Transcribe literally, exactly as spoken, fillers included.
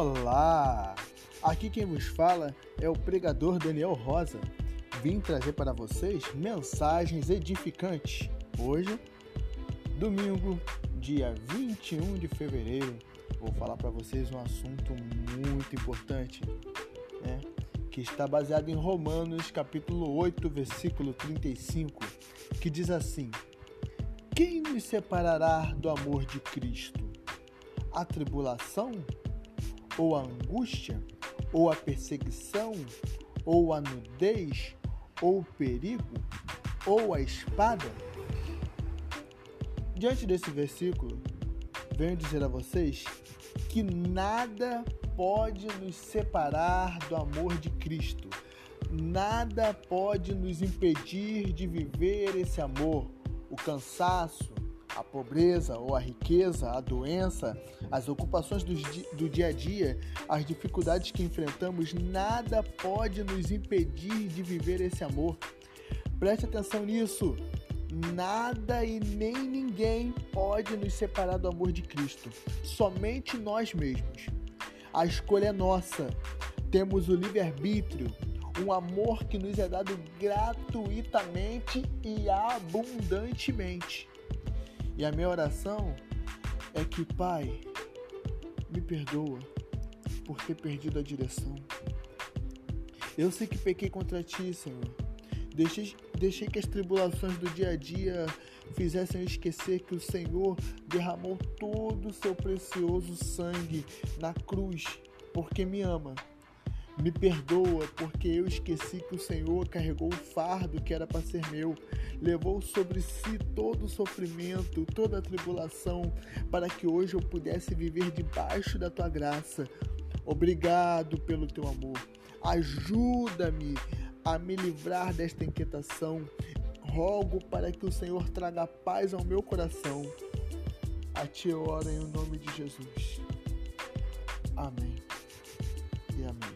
Olá! Aqui quem vos fala é o pregador Daniel Rosa. Vim trazer para vocês mensagens edificantes. Hoje, domingo, dia vinte e um de fevereiro, vou falar para vocês um assunto muito importante, né? Que está baseado em Romanos, capítulo oito, versículo trinta e cinco, que diz assim: quem nos separará do amor de Cristo? A tribulação? Ou a angústia? Ou a perseguição? Ou a nudez? Ou o perigo? Ou a espada? Diante desse versículo, venho dizer a vocês que nada pode nos separar do amor de Cristo. Nada pode nos impedir de viver esse amor. O cansaço, a pobreza ou a riqueza, a doença, as ocupações do, do dia a dia, as dificuldades que enfrentamos, nada pode nos impedir de viver esse amor. Preste atenção nisso. Nada e nem ninguém pode nos separar do amor de Cristo. Somente nós mesmos. A escolha é nossa. Temos o livre-arbítrio, um amor que nos é dado gratuitamente e abundantemente. E a minha oração é que, Pai, me perdoa por ter perdido a direção. Eu sei que pequei contra Ti, Senhor. Deixei, deixei que as tribulações do dia a dia fizessem eu esquecer que o Senhor derramou todo o Seu precioso sangue na cruz, porque me ama. Me perdoa porque eu esqueci que o Senhor carregou o fardo que era para ser meu, levou sobre si todo o sofrimento, toda a tribulação, para que hoje eu pudesse viver debaixo da Tua graça. Obrigado pelo Teu amor. Ajuda-me a me livrar desta inquietação. Rogo para que o Senhor traga paz ao meu coração. A Ti eu oro em nome de Jesus. Amém e amém.